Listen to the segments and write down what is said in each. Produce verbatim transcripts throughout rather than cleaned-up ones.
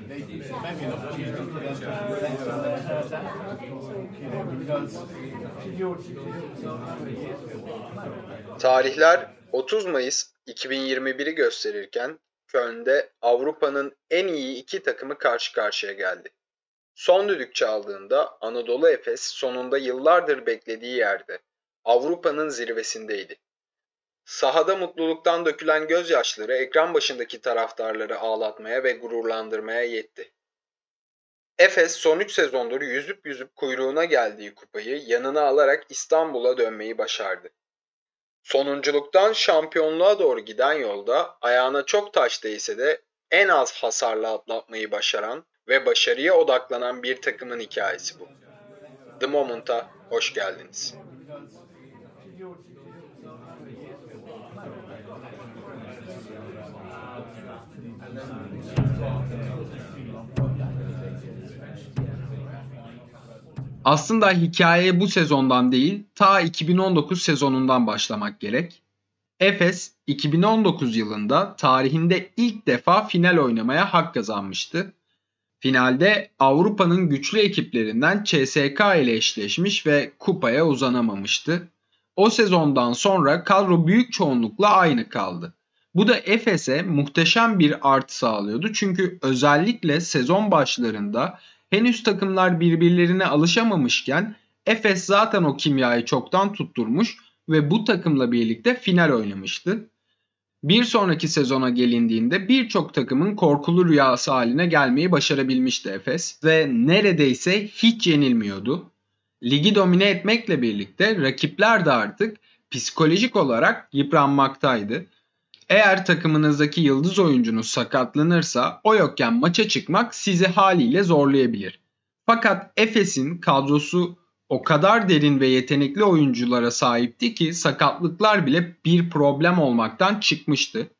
maybe an opportunity for them to reflect on you know, because Tarihler otuz Mayıs iki bin yirmi bir'i gösterirken Köln'de Avrupa'nın en iyi iki takımı karşı karşıya geldi. Son düdük çaldığında Anadolu Efes sonunda yıllardır beklediği yerde, Avrupa'nın zirvesindeydi. Sahada mutluluktan dökülen gözyaşları ekran başındaki taraftarları ağlatmaya ve gururlandırmaya yetti. Efes son üç sezondur yüzüp yüzüp kuyruğuna geldiği kupayı yanına alarak İstanbul'a dönmeyi başardı. Sonunculuktan şampiyonluğa doğru giden yolda ayağına çok taş değse de en az hasarla atlatmayı başaran ve başarıya odaklanan bir takımın hikayesi bu. The Moment'a hoş geldiniz. Aslında hikayeye bu sezondan değil, ta iki bin on dokuz sezonundan başlamak gerek. Efes iki bin on dokuz yılında tarihinde ilk defa final oynamaya hak kazanmıştı. Finalde Avrupa'nın güçlü ekiplerinden C S K ile eşleşmiş ve kupaya uzanamamıştı. O sezondan sonra kadro büyük çoğunlukla aynı kaldı. Bu da Efes'e muhteşem bir artı sağlıyordu. Çünkü özellikle sezon başlarında henüz takımlar birbirlerine alışamamışken Efes zaten o kimyayı çoktan tutturmuş ve bu takımla birlikte final oynamıştı. Bir sonraki sezona gelindiğinde birçok takımın korkulu rüyası haline gelmeyi başarabilmişti Efes ve neredeyse hiç yenilmiyordu. Ligi domine etmekle birlikte rakipler de artık psikolojik olarak yıpranmaktaydı. Eğer takımınızdaki yıldız oyuncunuz sakatlanırsa o yokken maça çıkmak sizi haliyle zorlayabilir. Fakat Efes'in kadrosu o kadar derin ve yetenekli oyunculara sahipti ki sakatlıklar bile bir problem olmaktan çıkmıştı.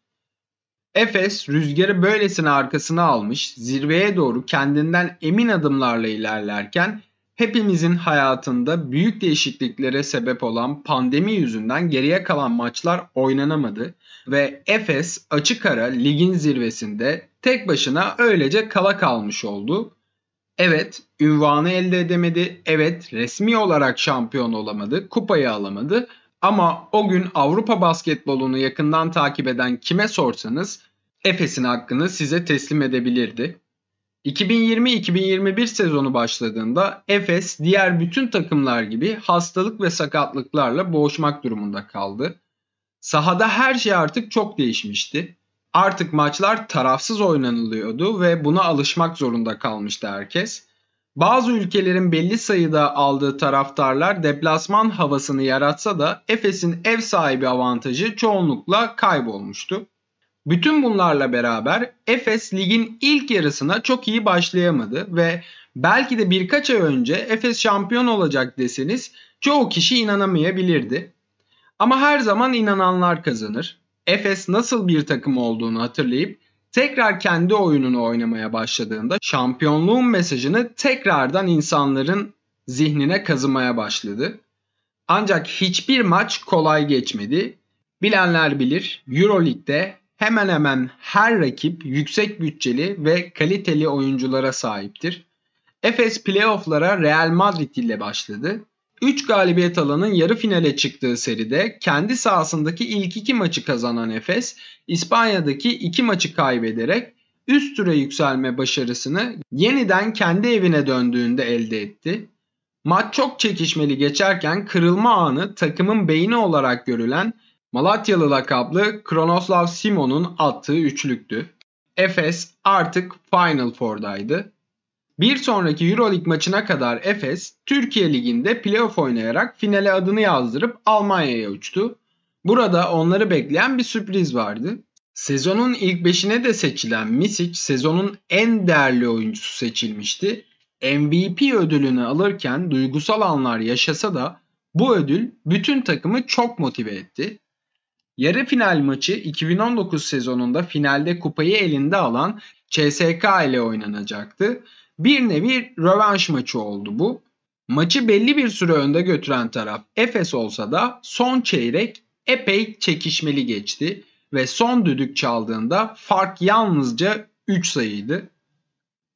Efes rüzgarı böylesine arkasına almış, zirveye doğru kendinden emin adımlarla ilerlerken hepimizin hayatında büyük değişikliklere sebep olan pandemi yüzünden geriye kalan maçlar oynanamadı ve Efes açık ara ligin zirvesinde tek başına öylece kala kalmış oldu. Evet, ünvanı elde edemedi. Evet, resmi olarak şampiyon olamadı. Kupayı alamadı. Ama o gün Avrupa basketbolunu yakından takip eden kime sorsanız Efes'in hakkını size teslim edebilirdi. iki bin yirmi iki bin yirmi bir sezonu başladığında Efes diğer bütün takımlar gibi hastalık ve sakatlıklarla boğuşmak durumunda kaldı. Sahada her şey artık çok değişmişti. Artık maçlar tarafsız oynanılıyordu ve buna alışmak zorunda kalmıştı herkes. Bazı ülkelerin belli sayıda aldığı taraftarlar deplasman havasını yaratsa da Efes'in ev sahibi avantajı çoğunlukla kaybolmuştu. Bütün bunlarla beraber Efes ligin ilk yarısına çok iyi başlayamadı ve belki de birkaç ay önce Efes şampiyon olacak deseniz çoğu kişi inanamayabilirdi. Ama her zaman inananlar kazanır. Efes nasıl bir takım olduğunu hatırlayıp tekrar kendi oyununu oynamaya başladığında şampiyonluğun mesajını tekrardan insanların zihnine kazımaya başladı. Ancak hiçbir maç kolay geçmedi. Bilenler bilir, Euroleague'de hemen hemen her rakip yüksek bütçeli ve kaliteli oyunculara sahiptir. Efes playoff'lara Real Madrid ile başladı. üç galibiyet alanın yarı finale çıktığı seride kendi sahasındaki ilk iki maçı kazanan Efes, İspanya'daki iki maçı kaybederek üst tura yükselme başarısını yeniden kendi evine döndüğünde elde etti. Maç çok çekişmeli geçerken kırılma anı takımın beyni olarak görülen Malatyalı lakaplı Kronoslav Simon'un attığı üçlüktü. Efes artık Final Four'daydı. Bir sonraki Euroleague maçına kadar Efes, Türkiye Ligi'nde playoff oynayarak finale adını yazdırıp Almanya'ya uçtu. Burada onları bekleyen bir sürpriz vardı. Sezonun ilk beşine de seçilen Misic sezonun en değerli oyuncusu seçilmişti. M V P ödülünü alırken duygusal anlar yaşasa da bu ödül bütün takımı çok motive etti. Yarı final maçı iki bin on dokuz sezonunda finalde kupayı elinde alan C S K ile oynanacaktı. Bir nevi rövanş maçı oldu bu. Maçı belli bir süre önde götüren taraf Efes olsa da son çeyrek epey çekişmeli geçti ve son düdük çaldığında fark yalnızca üç sayıydı.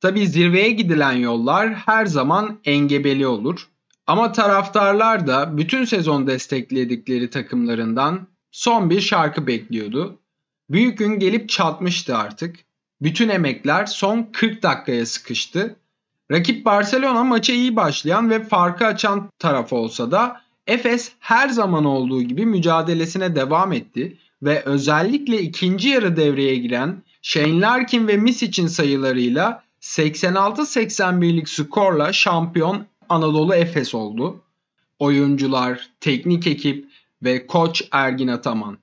Tabii zirveye gidilen yollar her zaman engebeli olur. Ama taraftarlar da bütün sezon destekledikleri takımlarından son bir şarkı bekliyordu. Büyük gün gelip çatmıştı artık. Bütün emekler son kırk dakikaya sıkıştı. Rakip Barcelona maça iyi başlayan ve farkı açan taraf olsa da Efes her zaman olduğu gibi mücadelesine devam etti ve özellikle ikinci yarı devreye giren Shane Larkin ve Misic'in sayılarıyla seksen altı seksen birlik skorla şampiyon Anadolu Efes oldu. Oyuncular, teknik ekip ve koç Ergin Ataman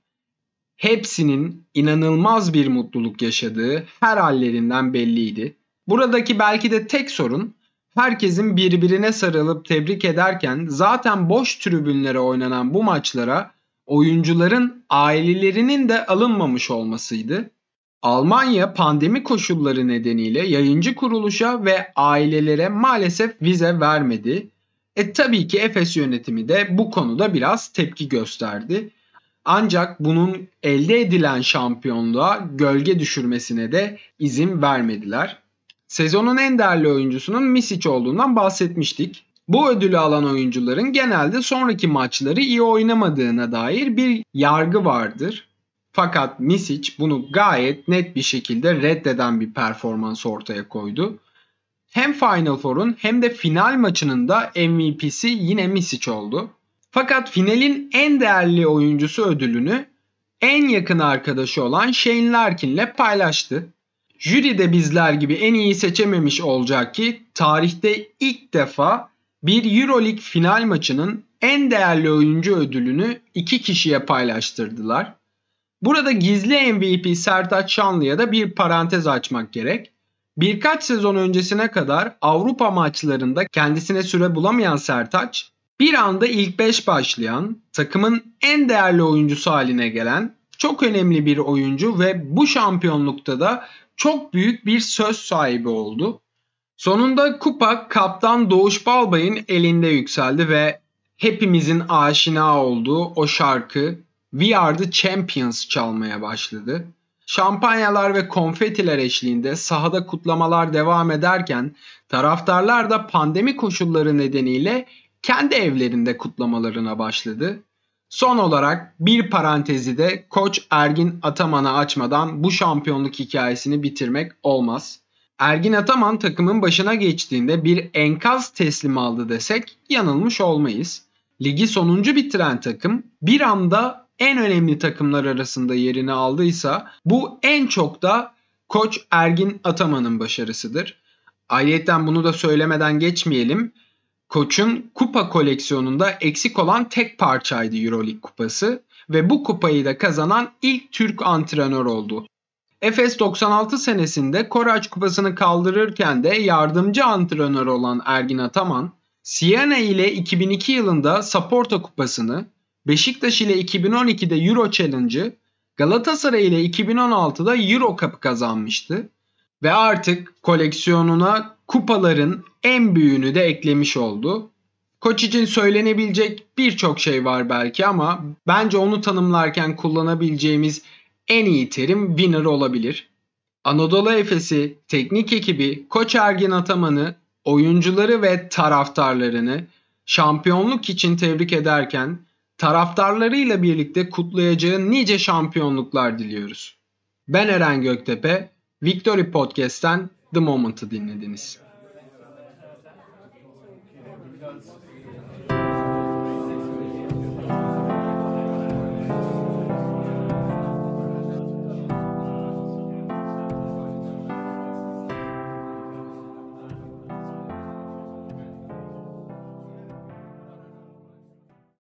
hepsinin inanılmaz bir mutluluk yaşadığı her hallerinden belliydi. Buradaki belki de tek sorun herkesin birbirine sarılıp tebrik ederken zaten boş tribünlere oynanan bu maçlara oyuncuların ailelerinin de alınmamış olmasıydı. Almanya pandemi koşulları nedeniyle yayıncı kuruluşa ve ailelere maalesef vize vermedi. E tabii ki Efes yönetimi de bu konuda biraz tepki gösterdi. Ancak bunun elde edilen şampiyonluğa gölge düşürmesine de izin vermediler. Sezonun en değerli oyuncusunun Misic olduğundan bahsetmiştik. Bu ödülü alan oyuncuların genelde sonraki maçları iyi oynamadığına dair bir yargı vardır. Fakat Misic bunu gayet net bir şekilde reddeden bir performans ortaya koydu. Hem Final Four'un hem de final maçının da M V P'si yine Misic oldu. Fakat finalin en değerli oyuncusu ödülünü en yakın arkadaşı olan Shane Larkin'le paylaştı. Jüri de bizler gibi en iyi seçememiş olacak ki tarihte ilk defa bir Euroleague final maçının en değerli oyuncu ödülünü iki kişiye paylaştırdılar. Burada gizli M V P Sertaç Şanlı'ya da bir parantez açmak gerek. Birkaç sezon öncesine kadar Avrupa maçlarında kendisine süre bulamayan Sertaç, bir anda ilk beş başlayan, takımın en değerli oyuncusu haline gelen çok önemli bir oyuncu ve bu şampiyonlukta da çok büyük bir söz sahibi oldu. Sonunda kupa kaptan Doğuş Balbay'ın elinde yükseldi ve hepimizin aşina olduğu o şarkı We Are The Champions çalmaya başladı. Şampanyalar ve konfetiler eşliğinde sahada kutlamalar devam ederken taraftarlar da pandemi koşulları nedeniyle kendi evlerinde kutlamalarına başladı. Son olarak bir parantezi de koç Ergin Ataman'a açmadan bu şampiyonluk hikayesini bitirmek olmaz. Ergin Ataman takımın başına geçtiğinde bir enkaz teslim aldı desek yanılmış olmayız. Ligi sonuncu bitiren takım bir anda en önemli takımlar arasında yerini aldıysa bu en çok da koç Ergin Ataman'ın başarısıdır. Ayrıca bunu da söylemeden geçmeyelim. Koç'un kupa koleksiyonunda eksik olan tek parçaydı Euroleague kupası ve bu kupayı da kazanan ilk Türk antrenör oldu. Efes doksan altı senesinde Koraç kupasını kaldırırken de yardımcı antrenör olan Ergin Ataman, Siena ile iki bin iki yılında Saporta kupasını, Beşiktaş ile iki bin on ikide Euro Challenge'ı, Galatasaray ile iki bin on altıda Euro Cup'ı kazanmıştı. Ve artık koleksiyonuna kupaların en büyüğünü de eklemiş oldu. Koç için söylenebilecek birçok şey var belki ama bence onu tanımlarken kullanabileceğimiz en iyi terim winner olabilir. Anadolu Efes'i, teknik ekibi, koç Ergin Ataman'ı, oyuncuları ve taraftarlarını şampiyonluk için tebrik ederken taraftarlarıyla birlikte kutlayacağı nice şampiyonluklar diliyoruz. Ben Eren Göktepe, Victory Podcast'ten The Moment'ı dinlediniz.